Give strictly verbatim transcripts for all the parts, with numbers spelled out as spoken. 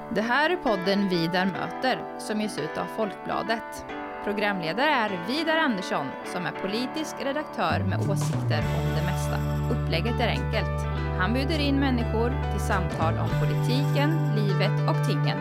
Det här är podden Vidar möter som ges ut av Folkbladet. Programledare är Vidar Andersson som är politisk redaktör med åsikter om det mesta. Upplägget är enkelt. Han bjuder in människor till samtal om politiken, livet och tingen.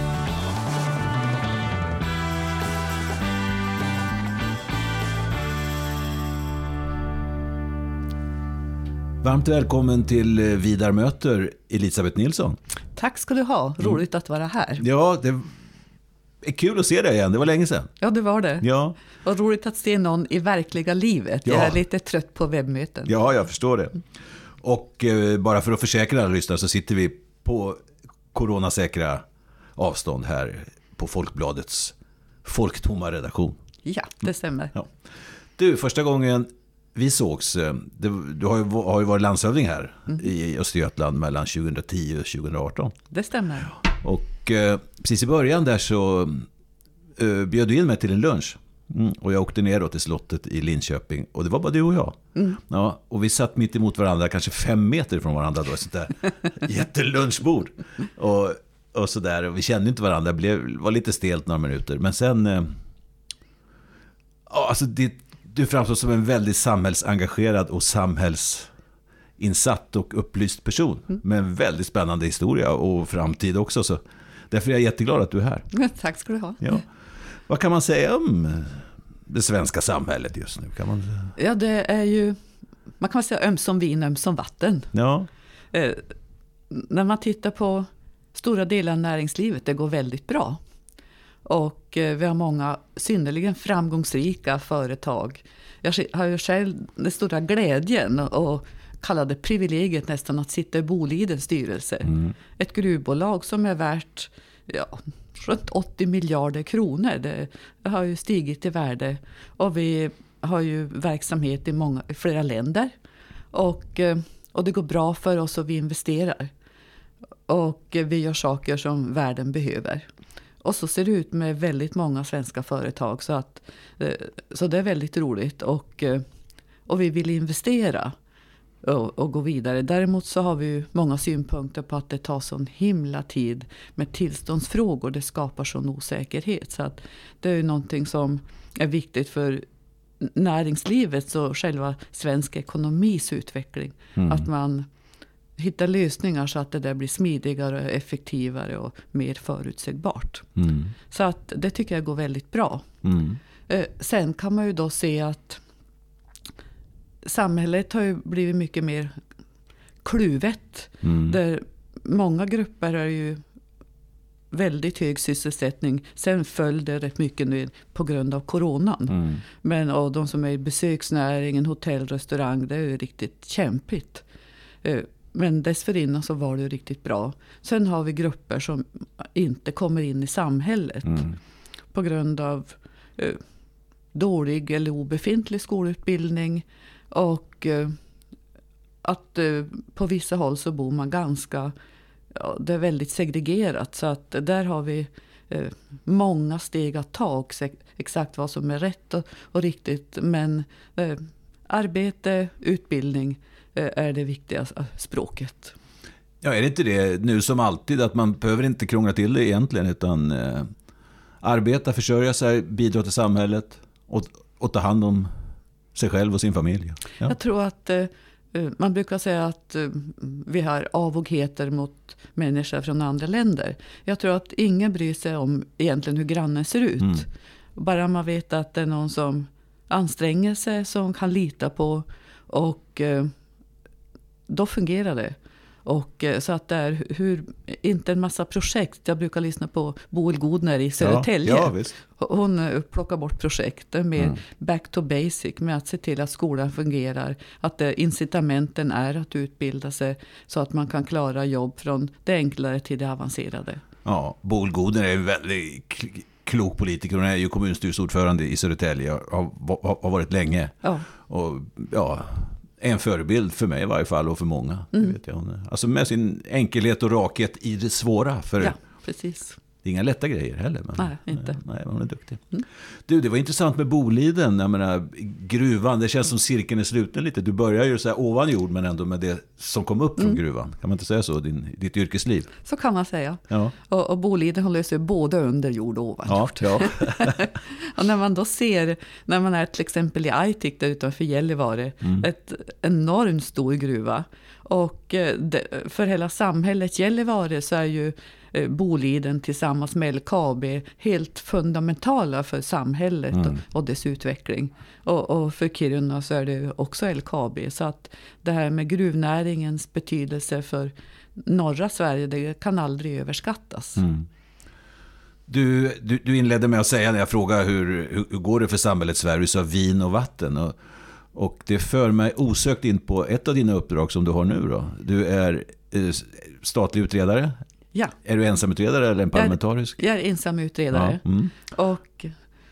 Varmt välkommen till Vidar möter, Elisabeth Nilsson. Tack ska du ha, roligt mm. att vara här. Ja, det är kul att se dig igen, det var länge sedan. Ja, det var det. Ja. Och roligt att se någon i verkliga livet. Ja. Jag är lite trött på webbmöten. Ja, jag förstår det. Och eh, bara för att försäkra alla lyssnare så sitter vi på coronasäkra avstånd här på Folkbladets folktomma redaktion. Ja, det stämmer. Ja. Du, första gången vi sågs, du, du har, ju, har ju varit landshövding här mm. i Östergötland mellan tjugohundratio och tjugohundraarton. Det stämmer. Och eh, precis i början där så eh, bjöd du in mig till en lunch. Mm, och jag åkte ner då till slottet i Linköping. Och det var bara du och jag. Mm. Ja, och vi satt mitt emot varandra, kanske fem meter från varandra då. Sånt där jättelunchbord. Och, och sådär. Och vi kände inte varandra. Det blev, var lite stelt några minuter. Men sen... Eh, ja, alltså det... Du framstår som en väldigt samhällsengagerad och samhällsinsatt och upplyst person. Mm. Med en väldigt spännande historia och framtid också. Så därför är jag jätteglad att du är här. Tack ska du ha. Ja. Vad kan man säga om det svenska samhället just nu? Kan man... Ja, det är ju... Man kan säga ömsom vin, ömsom vatten. Ja. Eh, när man tittar på stora delar av näringslivet, det går väldigt bra. Och vi har många synnerligen framgångsrika företag. Jag har ju själv den stora glädjen och kallade privilegiet nästan att sitta i Bolidens styrelse. Mm. Ett gruvbolag som är värt ja, runt åttio miljarder kronor. Det har ju stigit i värde. Och vi har ju verksamhet i många, i flera länder. Och, och det går bra för oss och vi investerar. Och vi gör saker som världen behöver. Och så ser det ut med väldigt många svenska företag så, att, så det är väldigt roligt och, och vi vill investera och, och gå vidare. Däremot så har vi ju många synpunkter på att det tar sån himla tid med tillståndsfrågor. Det skapar sån osäkerhet så att det är ju någonting som är viktigt för näringslivet och själva svensk ekonomis utveckling. Mm. Att man hitta lösningar så att det där blir smidigare, effektivare och mer förutsägbart. Mm. Så att det tycker jag går väldigt bra. Mm. Eh, sen kan man ju då se att samhället har ju blivit mycket mer kluvet. Mm. Där många grupper är ju väldigt hög sysselsättning. Sen föll det rätt mycket nu på grund av coronan. Mm. Men och de som är i besöksnäringen, hotell, restaurang, det är ju riktigt kämpigt. Eh, Men dessförinnan så var det riktigt bra. Sen har vi grupper som inte kommer in i samhället. Mm. På grund av eh, dålig eller obefintlig skolutbildning. Och eh, att eh, på vissa håll så bor man ganska... Ja, det är väldigt segregerat. Så att där har vi eh, många steg att ta. Och exakt vad som är rätt och, och riktigt. Men eh, arbete, utbildning... är det viktiga språket. Ja, är det inte det nu som alltid att man behöver inte krångla till det egentligen utan eh, arbeta, försörja sig, bidra till samhället och, och ta hand om sig själv och sin familj. Ja. Jag tror att eh, man brukar säga att eh, vi har avogheter mot människor från andra länder. Jag tror att ingen bryr sig om egentligen hur grannen ser ut. Mm. Bara man vet att det är någon som anstränger sig, som kan lita på och eh, då fungerar det. Och så att det är hur, inte en massa projekt. Jag brukar lyssna på Boel Godner i Södertälje. Ja, ja, visst. Hon plockar bort projekten med mm. back to basic. Med att se till att skolan fungerar. Att det, incitamenten är att utbilda sig. Så att man kan klara jobb från det enklare till det avancerade. Ja, Boel Godner är en väldigt klok politiker. Hon är ju kommunstyrelseordförande i Södertälje. Har, har, har varit länge. Ja. Och ja... en förebild för mig i varje fall och för många. Mm. Det vet jag. Alltså med sin enkelhet och rakhet i det svåra. För ja, precis. Det Det är inga lätta grejer heller. Men, nej, inte. Nej, man är duktig. Mm. Du, det var intressant med Boliden. Jag menar, gruvan, det känns som cirkeln är sluten lite. Du börjar ju så här ovan jord, men ändå med det som kom upp från mm. gruvan. Kan man inte säga så, din, ditt yrkesliv? Så kan man säga. Ja. Och, och Boliden håller sig både under jord och ovan ja, jord. Ja. Och när man då ser, när man är till exempel i Aitik där utanför Gällivare, mm. ett enormt stor gruva. Och det, för hela samhället Gällivare så är ju Boliden tillsammans med L K A B helt fundamentala för samhället mm. och, och dess utveckling. Och, och för Kiruna så är det också L K A B. Så att det här med gruvnäringens betydelse för norra Sverige, det kan aldrig överskattas. Mm. Du, du, du inledde med att säga när jag frågade hur, hur, hur går det för samhället Sverige, så vin och vatten. Och, och det för mig osökt in på ett av dina uppdrag som du har nu då. Du är eh, statlig utredare. Ja. Är du ensamutredare eller en parlamentarisk? Jag är, jag är ensamutredare. Ja. Mm. Och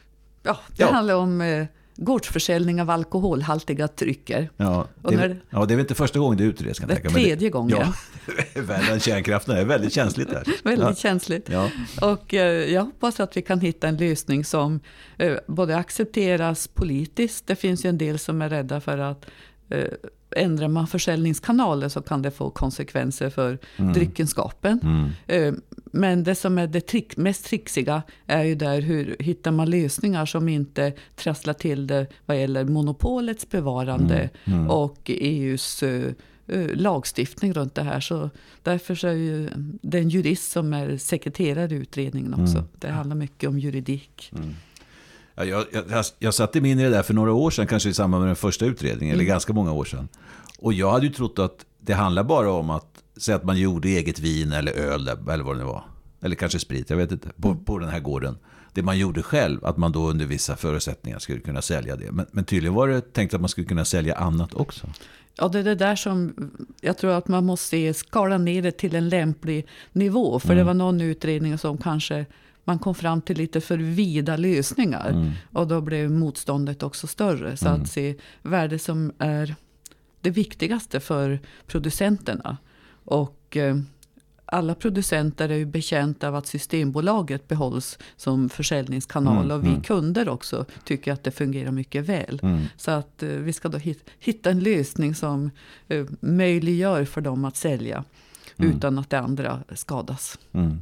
ja, det ja. handlar om eh, gårdsförsäljning av alkoholhaltiga drycker. Ja, det, är, det, ja, det är väl inte första gången det utreds. Kan det är tredje det, gången. Ja, världen kärnkraften är väldigt känsligt där. väldigt ja. känsligt. Ja. Och eh, jag hoppas att vi kan hitta en lösning som eh, både accepteras politiskt. Det finns ju en del som är rädda för att eh, ändrar man försäljningskanaler så kan det få konsekvenser för mm. dryckenskapen. Mm. Men det som är det trick, mest trixiga är ju där hur hittar man lösningar som inte trasslar till det vad gäller monopolets bevarande mm. Mm. och E U:s uh, lagstiftning runt det här. Så därför så är ju det en jurist som är sekreterare i utredningen också. Mm. Det handlar mycket om juridik. Mm. Ja, jag, jag, jag satte mig in i det där för några år sedan, kanske i samband med den första utredningen, mm. eller ganska många år sedan. Och jag hade ju trott att det handlar bara om att säga att man gjorde eget vin eller öl eller vad det nu var. Eller kanske sprit, jag vet inte, på, mm. på den här gården. Det man gjorde själv, att man då under vissa förutsättningar skulle kunna sälja det. Men, men tydligen var det tänkt att man skulle kunna sälja annat också. Ja, det är det där som jag tror att man måste skala ner det till en lämplig nivå. För mm. det var någon utredning som kanske man kom fram till lite för vida lösningar. Mm. Och då blev motståndet också större. Så mm. att se värde som är det viktigaste för producenterna. Och eh, alla producenter är ju betjänta av att Systembolaget behålls som försäljningskanal. Mm. Och vi mm. kunder också tycker att det fungerar mycket väl. Mm. Så att eh, vi ska då hit, hitta en lösning som eh, möjliggör för dem att sälja. Mm. Utan att det andra skadas. Mm.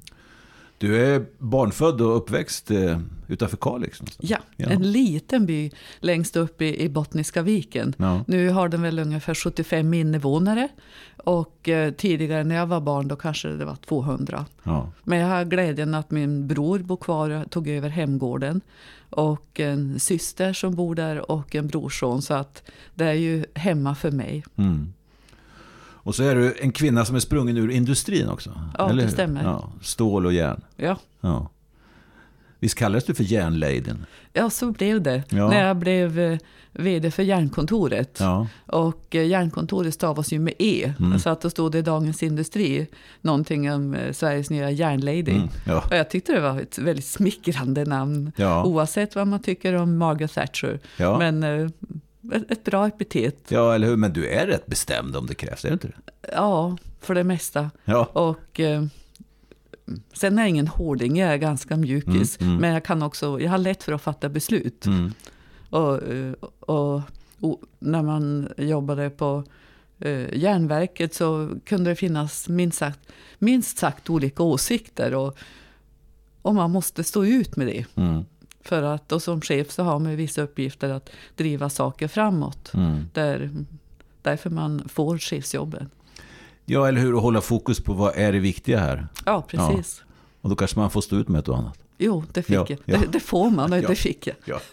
Du är barnfödd och uppväxt eh, utanför Kalix. Ja, ja, en liten by längst upp i, i Bottniska viken. Ja. Nu har den väl ungefär sjuttiofem invånare. Och eh, tidigare när jag var barn då kanske det var tvåhundra. Ja. Men jag har glädjen att min bror bor kvar och tog över hemgården. Och en syster som bor där och en brorson. Så att det är ju hemma för mig. Mm. Och så är du en kvinna som är sprungen ur industrin också. Ja, eller det stämmer. Ja, stål och järn. Ja. ja. Visst kallades du för järnladyn? Ja, så blev det. Ja. När jag blev eh, vd för järnkontoret. Ja. Och eh, järnkontoret stavas ju med E. Mm. Så att då stod det i Dagens Industri någonting om eh, Sveriges nya järnlady. Mm. Ja. Och jag tyckte det var ett väldigt smickrande namn. Ja. Oavsett vad man tycker om Margaret Thatcher. Ja. Men... Eh, ett bra epitet. Ja, eller hur? Men du är rätt bestämd om det krävs, är du inte det? Ja, för det mesta. Ja. Och eh, sen är jag ingen hårding, jag är ganska mjukis. Mm, mm. Men jag kan också, jag har lätt för att fatta beslut. Mm. Och, och, och när man jobbade på eh, järnverket så kunde det finnas minst sagt, minst sagt olika åsikter. Och, och man måste stå ut med det. Mm. För att och som chef så har man vissa uppgifter att driva saker framåt. Mm. Där, därför man får chefsjobben. Ja, eller hur? Och hålla fokus på vad är det viktiga här. Ja, precis. Ja. Och då kanske man får stå ut med ett och annat. Jo, det fick ja, jag. Ja. Det, det får man och ja. det fick jag. Ja.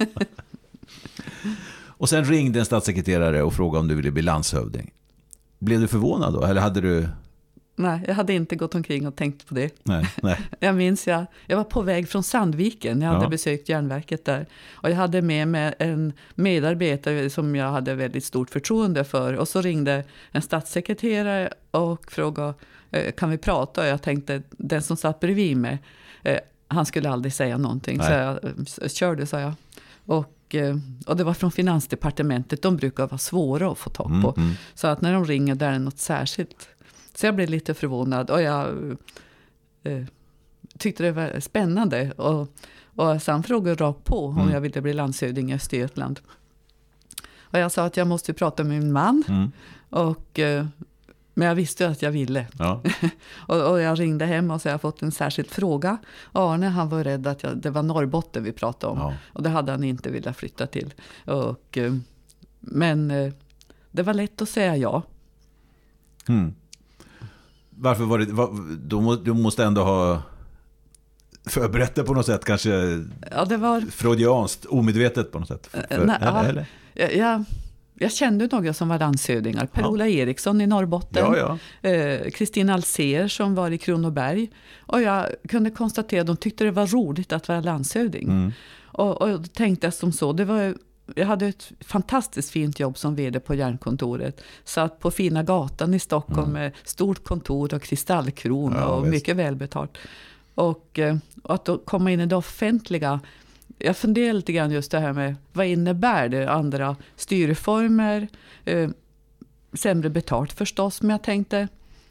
Och sen ringde en statssekreterare och frågade om du ville bli landshövding. Blev du förvånad då? Eller hade du... Nej, jag hade inte gått omkring och tänkt på det. Nej, nej. Jag minns, jag, jag var på väg från Sandviken. Jag hade ja. besökt järnverket där. Och jag hade med mig en medarbetare som jag hade väldigt stort förtroende för. Och så ringde en statssekreterare och frågade, kan vi prata? Och jag tänkte, den som satt bredvid mig, han skulle aldrig säga någonting. Nej. Så jag körde, sa jag. Och Och det var från Finansdepartementet. De brukar vara svåra att få tag på. Mm, mm. Så att när de ringer där är något särskilt. Så jag blev lite förvånad. Och jag, eh, tyckte det var spännande. Och, och sen frågade rakt på om Mm. jag ville bli landshövding i Östergötland. Och jag sa att jag måste prata med min man. Mm. Och, eh, men jag visste att jag ville. Ja. och, och jag ringde hem och så jag fått en särskild fråga. Arne, han var rädd att jag, det var Norrbotten vi pratade om. Ja. Och det hade han inte velat flytta till. Och, eh, men eh, det var lätt att säga ja. Mm. Varför var det... Var, du, må, du måste ändå ha förberett det på något sätt. Kanske Ja, det var... freudianskt, omedvetet på något sätt. För, Eh, nej, eller, ja. eller? Jag, jag, jag kände några som var landshövdingar. Per-Ola Eriksson i Norrbotten. Ja, ja. Eh, Kristina Alsér som var i Kronoberg. Och jag kunde konstatera att de tyckte det var roligt att vara landshövding. Mm. Och, och då tänkte jag som så. Det var, jag hade ett fantastiskt fint jobb som vd på Järnkontoret. Satt på fina gatan i Stockholm Mm. med stort kontor och kristallkron Ja, och visst. mycket välbetalt. Och, eh, och att då komma in i det offentliga. Jag funderar lite grann just det här med vad innebär det? Andra styrformer, eh, sämre betalt förstås. Men jag tänkte,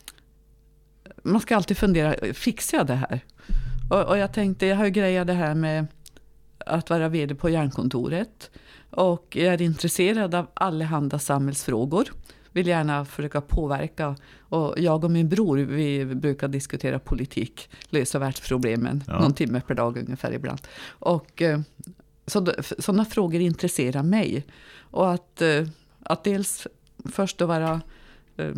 man ska alltid fundera, fixar jag det här? Och, och jag tänkte, jag har ju grejat det här med att vara vd på Järnkontoret. Och jag är intresserad av allehanda samhällsfrågor. Vill gärna försöka påverka. Och jag och min bror, vi brukar diskutera politik. Lösa världsproblemen. Ja. Någon timme per dag ungefär ibland. Och eh, så, sådana frågor intresserar mig. Och att, eh, att dels först att vara eh,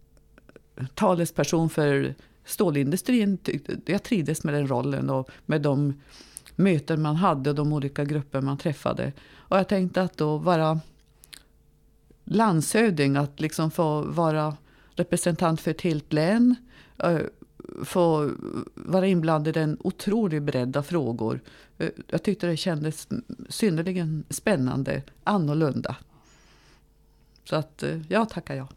talesperson för stålindustrin. Jag trivdes med den rollen och med de möten man hade och de olika grupper man träffade. Och jag tänkte att då vara landshövding, att liksom få vara representant för ett helt län, få vara inblandad i en otroligt bredda frågor. Jag tyckte det kändes synnerligen spännande, annorlunda. Så att jag tackar ja.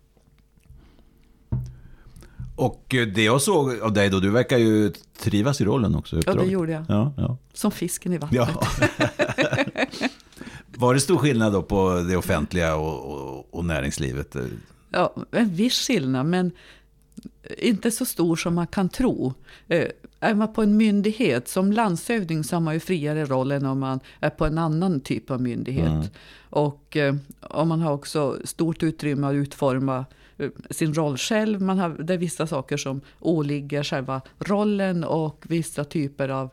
Och det jag såg av dig då, du verkar ju trivas i rollen också. Ja, det gjorde jag. Ja, ja. Som fisken i vattnet. Ja. Var det stor skillnad då på det offentliga och, och, och näringslivet? Ja, en viss skillnad, men inte så stor som man kan tro. Eh, är man på en myndighet som landshövding så har man ju friare roll än om man är på en annan typ av myndighet. Mm. Och eh, om man har också stort utrymme att utforma eh, sin roll själv. Man har, det är vissa saker som åligger själva rollen och vissa typer av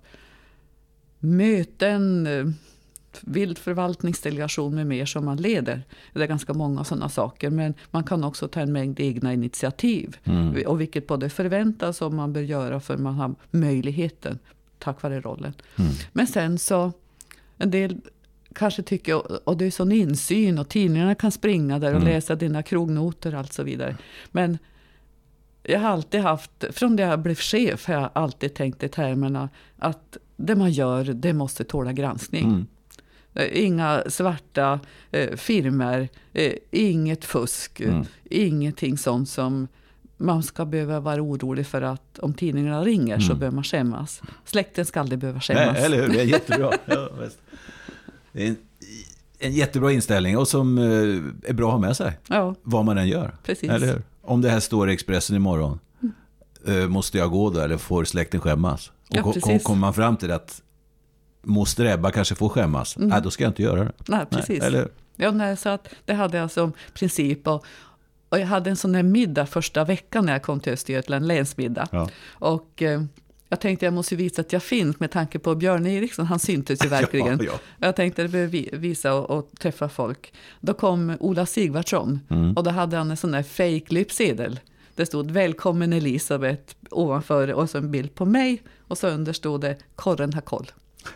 möten, eh, vildförvaltningsdelegation med mer som man leder. Det är ganska många sådana saker, men man kan också ta en mängd egna initiativ. Mm. Och vilket både förväntas och man bör göra för man har möjligheten tack vare rollen. Mm. Men sen så, en del kanske tycker, och det är sån insyn och tidningarna kan springa där och Mm. läsa dina krognoter och allt så vidare. Men jag har alltid haft, från det jag blev chef har jag alltid tänkt i termerna att det man gör, det måste tåla granskning. Mm. Inga svarta eh, firmer, eh, inget fusk, Mm. ingenting sånt som man ska behöva vara orolig för att om tidningarna ringer så Mm. behöver man skämmas. Släkten ska aldrig behöva skämmas. Nej, eller hur? Det är jättebra. Ja, visst. Det är en, en jättebra inställning och som eh, är bra att ha med sig. Ja, Vad man än gör. precis. Eller hur? Om det här står i Expressen imorgon, mm. eh, måste jag gå då eller får släkten skämmas? Och Ja, ko- precis. kommer man fram till att moster Ebba kanske får skämmas, Mm. nej, då ska jag inte göra det. Nej, precis. Nej, eller hur? Ja, nej, så att det hade jag som princip. Och, och jag hade en sån här middag första veckan när jag kom till Östergötland, länsmiddag. Ja. Och eh, jag tänkte jag måste visa att jag finns med tanke på Björn Eriksson, han syntes ju verkligen. Ja, Jag tänkte att jag behöver visa och, och träffa folk. Då kom Ola Sigvardsson Mm. och då hade han en sån där fake-lypsedel. Det stod välkommen Elisabeth ovanför och så en bild på mig och så under stod det Korren har koll.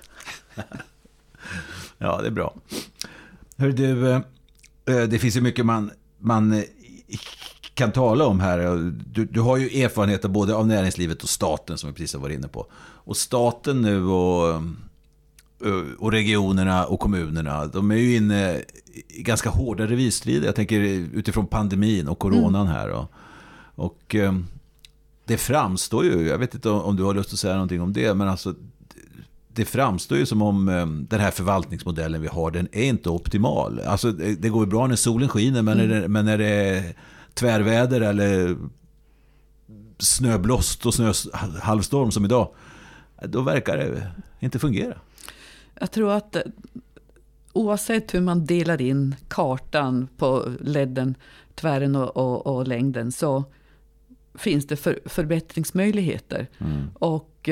Ja, det är bra. Hör du, eh, det finns ju mycket man, man eh, kan tala om här. Du, du har ju erfarenheter både av näringslivet och staten som vi precis har varit inne på. Och staten nu och, och regionerna och kommunerna, de är ju inne i ganska hårda revirstrider. Jag tänker utifrån pandemin och coronan här. Och, och det framstår ju, jag vet inte om du har lust att säga någonting om det, men alltså det framstår ju som om den här förvaltningsmodellen vi har, den är inte optimal. Alltså det går ju bra när solen skiner, men, mm. när, det, men när det är tvärväder eller snöblåst och snöhalvstorm som idag, då verkar det inte fungera. Jag tror att oavsett hur man delar in kartan på ledden, tvären och, och, och längden, så finns det för, förbättringsmöjligheter. Mm. Och,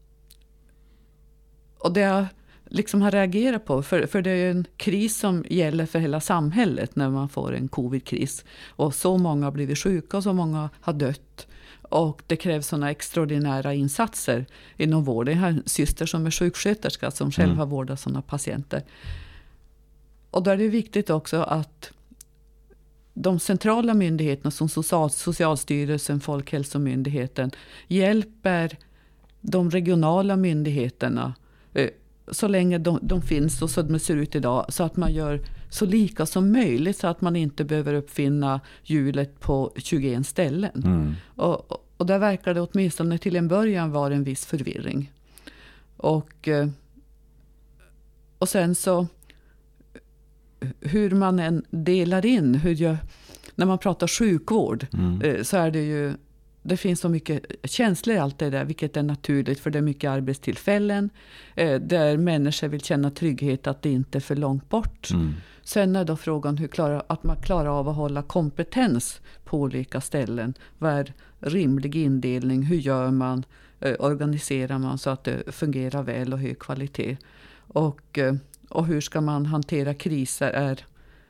och det jag liksom har reagerat på, för, för det är en kris som gäller för hela samhället när man får en covid-kris. Och så många har blivit sjuka och så många har dött. Och det krävs sådana extraordinära insatser inom vården. Jag har en syster som är sjuksköterska som själv mm. har vårdat sådana patienter. Och då är det viktigt också att de centrala myndigheterna som Social, Socialstyrelsen, Folkhälsomyndigheten hjälper de regionala myndigheterna eh, så länge de, de finns och så de ser ut idag, så att man gör så lika som möjligt, så att man inte behöver uppfinna hjulet på tjugoen ställen. Mm. Och, och där verkar det åtminstone till en början vara en viss förvirring. Och, och sen så hur man än delar in, hur jag, när man pratar sjukvård mm. så är det ju, det finns så mycket känslor i allt det där, vilket är naturligt, för det är mycket arbetstillfällen där människor vill känna trygghet att det inte är för långt bort. Mm. Sen är då frågan hur klara, att man klarar av att hålla kompetens på olika ställen. Vad är rimlig indelning? Hur gör man? Organiserar man så att det fungerar väl och hög kvalitet? Och, och hur ska man hantera kriser? Är,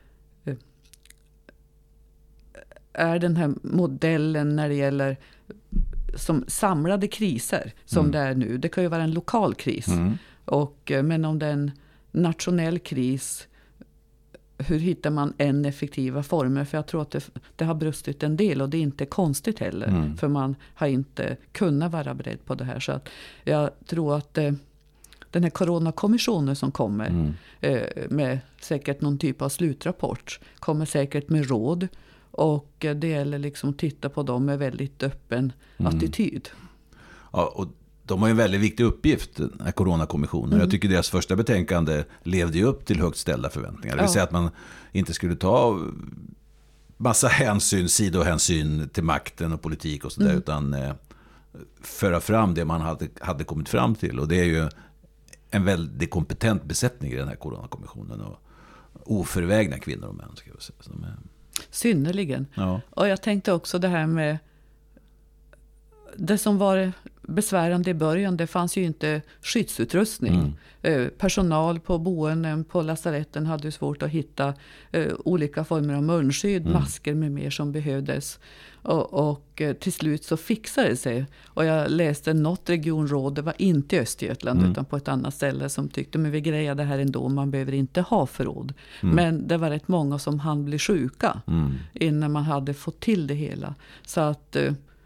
är den här modellen när det gäller som samlade kriser som mm. det är nu. Det kan ju vara en lokal kris. Mm. Och, men om det är en nationell kris, hur hittar man en effektiva former? För jag tror att det, det har brustit en del, och det är inte konstigt heller. Mm. För man har inte kunnat vara beredd på det här. Så att jag tror att eh, den här coronakommissionen som kommer mm. eh, med säkert någon typ av slutrapport kommer säkert med råd. Och det gäller liksom att titta på dem med väldigt öppen mm. attityd. Ja, och de har ju en väldigt viktig uppgift, den här coronakommissionen. Mm. Jag tycker deras första betänkande levde ju upp till högt ställda förväntningar. Det vill ja. säga att man inte skulle ta massa hänsyn, sidohänsyn till makten och politik och sådär, mm. utan eh, föra fram det man hade, hade kommit fram till. Och det är ju en väldigt kompetent besättning i den här coronakommissionen. Och oförvägna kvinnor och män, ska jag säga. Som är... Synnerligen. Ja. Och jag tänkte också det här med det som var besvärande i början, det fanns ju inte skyddsutrustning. Mm. Personal på boenden, på lasaretten hade ju svårt att hitta eh, olika former av munskydd, mm. masker med mer som behövdes. Och, och till slut så fixade det sig. Och jag läste något regionråd, det var inte i Östergötland mm. utan på ett annat ställe, som tyckte men vi grejer det här ändå, man behöver inte ha förråd. Mm. Men det var rätt många som hann bli sjuka mm. innan man hade fått till det hela. Så att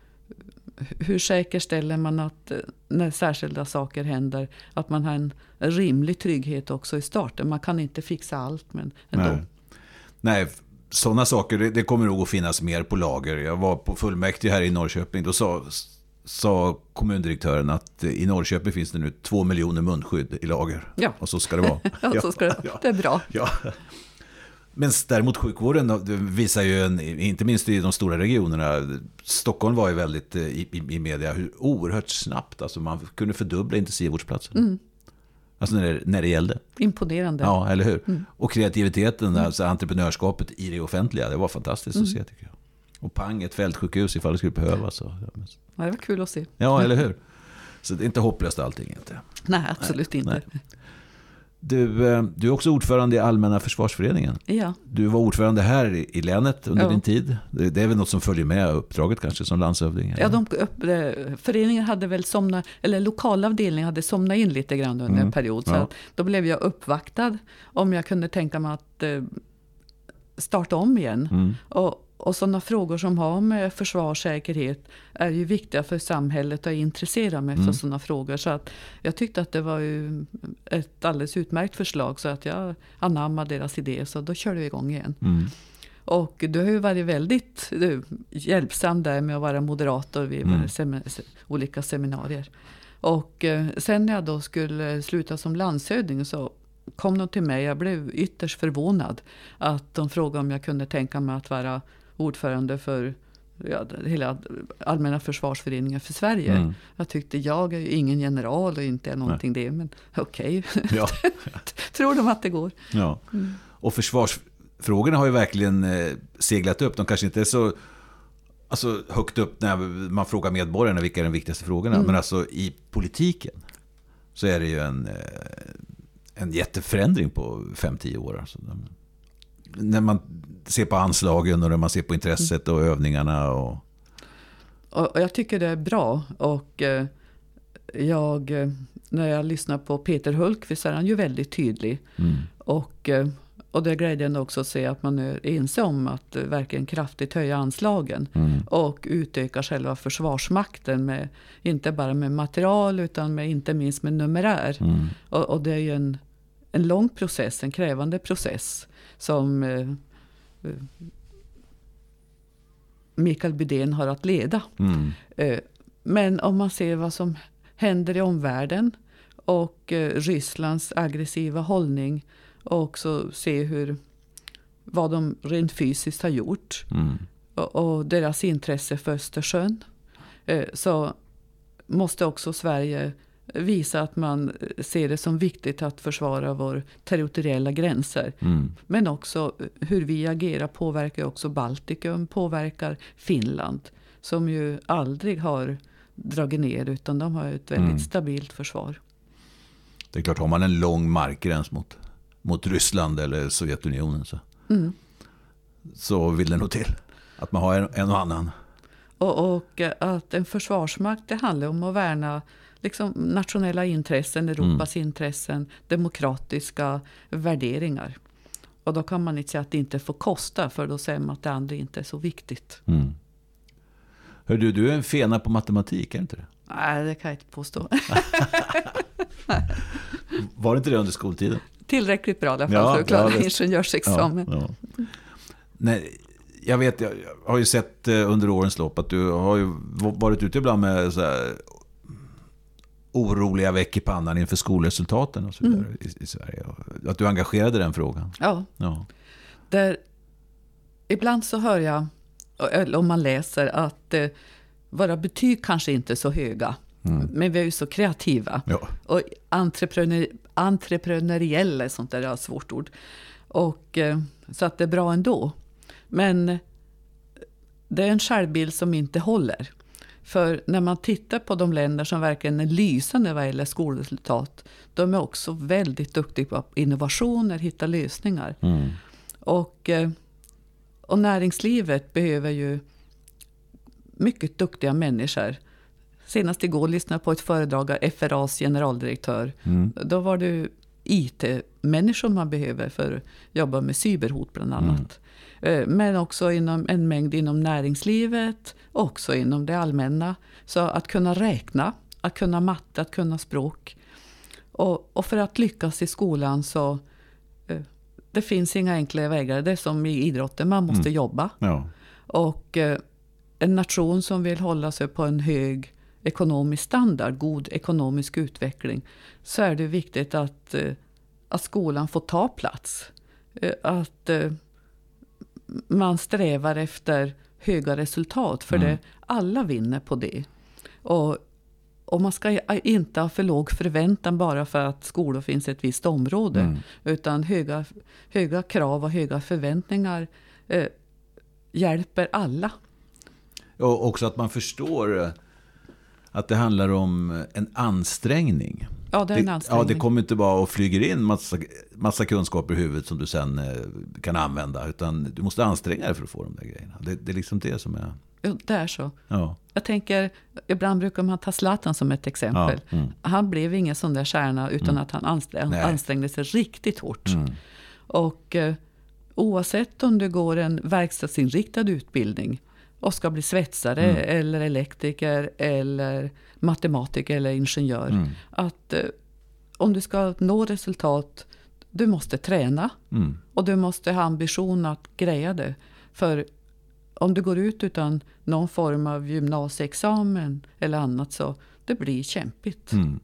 hur säkerställer man att när särskilda saker händer att man har en rimlig trygghet också i starten? Man kan inte fixa allt, men ändå. Nej, Nej sådana saker, det, det kommer nog att finnas mer på lager. Jag var på fullmäktige här i Norrköping, då sa, sa kommundirektören att i Norrköping finns det nu två miljoner munskydd i lager. Ja. Och så ska det vara. ja, så ska det, ja. det är bra. Ja. Men däremot sjukvården det visar ju, en, inte minst i de stora regionerna, Stockholm var ju väldigt i, i, i media, hur oerhört snabbt, alltså man kunde fördubbla intensivvårdsplatser. Mm. Alltså när det, när det gällde. Imponerande. Ja, eller hur? Mm. Och kreativiteten, mm. alltså entreprenörskapet i det offentliga, det var fantastiskt mm. att se, tycker jag. Och pang, ett fältsjukhus ifall det skulle behövas. Så, ja, men... ja, det var kul att se. Ja, eller hur? Så det är inte hopplöst allting inte. Nej, absolut nej, inte. Nej. Du, du är också ordförande i Allmänna försvarsföreningen. Ja. Du var ordförande här i, i länet under ja. din tid. Det, det är väl något som följer med uppdraget kanske som landshövding? Ja, de, upp, föreningen hade väl somnat, eller lokalavdelningen hade somnat in lite grann under mm. en period. Så ja. att då blev jag uppvaktad om jag kunde tänka mig att eh, starta om igen. Mm. Och Och sådana frågor som har med försvarssäkerhet är ju viktiga för samhället och är intresserade med mm. för sådana frågor. Så att jag tyckte att det var ju ett alldeles utmärkt förslag, så att jag anammade deras idé, så då körde vi igång igen. Mm. Och du har ju varit väldigt du, hjälpsam där med att vara moderator vid mm. sem- olika seminarier. Och eh, sen när jag då skulle sluta som landshövding så kom de till mig. Jag blev ytterst förvånad att de frågade om jag kunde tänka mig att vara ordförande för ja, hela allmänna försvarsföreningen för Sverige. Mm. Jag tyckte jag är ju ingen general och inte är någonting Nej. det, men okej. Okay. Ja. Tror de att det går. Ja. Mm. Och försvarsfrågorna har ju verkligen eh, seglat upp. De kanske inte är så alltså, högt upp när man frågar medborgarna vilka är de viktigaste frågorna. Mm. Men alltså i politiken så är det ju en, eh, en jätteförändring på fem till tio år. Alltså. När man ser på anslagen och när man ser på intresset och övningarna. Och... Och, och jag tycker det är bra. Och eh, jag, när jag lyssnar på Peter Hultqvist så är han ju väldigt tydlig. Mm. Och, eh, och det är glädjande också att se att man är ense om att eh, verkligen kraftigt höja anslagen. Mm. Och utöka själva försvarsmakten med, inte bara med material utan med, inte minst med numerär. Mm. Och, och det är ju en, en lång process, en krävande process. Som eh, Mikael Bydén har att leda. Mm. Eh, men om man ser vad som händer i omvärlden och eh, Rysslands aggressiva hållning och också se hur, vad de rent fysiskt har gjort mm. och, och deras intresse för Östersjön eh, så måste också Sverige visa att man ser det som viktigt att försvara vår territoriella gränser. Mm. Men också hur vi agerar påverkar också Baltikum, påverkar Finland som ju aldrig har dragit ner utan de har ett väldigt mm. stabilt försvar. Det är klart, har man en lång markgräns mot, mot Ryssland eller Sovjetunionen så, mm. så vill det nog till att man har en, en och annan. Och, och att en försvarsmakt, det handlar om att värna liksom nationella intressen, Europas mm. intressen, demokratiska värderingar. Och då kan man inte säga att det inte får kosta, för då säger man att det andra inte är så viktigt. Mm. Hör du, du är en fena på matematik, är inte det? Nej, det kan jag inte påstå. Var det inte det under skoltiden? Tillräckligt bra i alla fall ja, för att klara ja, ingenjörsexamen. Ja, ja. Nej, jag vet, jag har ju sett under årens lopp att du har ju varit ute ibland med så här oroliga veck i pannan inför skolresultaten och så vidare mm. i, i Sverige. Att du engagerade den frågan. Ja. ja. Där, ibland så hör jag, eller om man läser, att eh, våra betyg kanske inte är så höga. Mm. Men vi är ju så kreativa. Ja. Och entreprenör, entreprenöriella, sånt där är ett svårt ord. Och, eh, så att det är bra ändå. Men det är en självbild som inte håller. För när man tittar på de länder som verkligen är lysande vad gäller skolresultat, de är också väldigt duktiga på innovationer, hitta lösningar. Mm. Och, och näringslivet behöver ju mycket duktiga människor. Senast igår lyssnade jag på ett föredrag av F R A:s generaldirektör. Mm. Då var det I T-människor man behöver för att jobba med cyberhot bland annat. Mm. Men också inom en mängd inom näringslivet, också inom det allmänna. Så att kunna räkna, att kunna matte, att kunna språk. Och, och för att lyckas i skolan så det finns inga enkla vägar. Det är som i idrotten, man måste mm. jobba. Ja. Och en nation som vill hålla sig på en hög ekonomisk standard, god ekonomisk utveckling, så är det viktigt att, att skolan får ta plats. Att man strävar efter höga resultat, för mm. det, alla vinner på det. Och, och man ska inte ha för låg förväntan bara för att skolor finns i ett visst område. Mm. Utan höga, höga krav och höga förväntningar eh, hjälper alla. Och också att man förstår att det handlar om en ansträngning. Ja, det är en ansträngning. Ja, det kommer inte bara att flyga in massa, massa kunskaper i huvudet som du sen eh, kan använda. Utan du måste anstränga dig för att få de där grejerna. Det, det är liksom det som är... Ja, det är så. Ja. Jag tänker, ibland brukar man ta Zlatan som ett exempel. Ja, mm. Han blev ingen sån där stjärna utan mm. att han ansträng, ansträngde sig riktigt hårt. Mm. Och eh, oavsett om du går en verkstadsinriktad utbildning och ska bli svetsare mm. eller elektriker eller matematiker eller ingenjör. Mm. Att eh, om du ska nå resultat, du måste träna. Mm. Och du måste ha ambition att greja det. För om du går ut utan någon form av gymnasieexamen eller annat, så det blir kämpigt. Mm.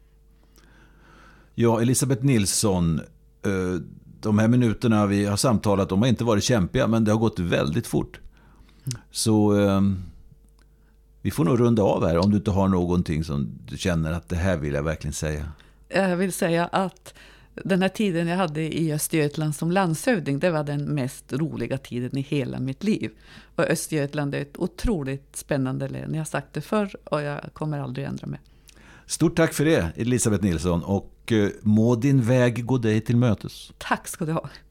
Ja, Elisabeth Nilsson, de här minuterna vi har samtalat om har inte varit kämpiga, men det har gått väldigt fort. Så eh, vi får nog runda av här om du inte har någonting som du känner att det här vill jag verkligen säga. Jag vill säga att den här tiden jag hade i Östergötland som landshövding, det var den mest roliga tiden i hela mitt liv. Och Östergötland är ett otroligt spännande län. Jag har sagt det förr och jag kommer aldrig ändra mig. Stort tack för det, Elisabeth Nilsson, och må din väg gå dig till mötes. Tack ska du ha.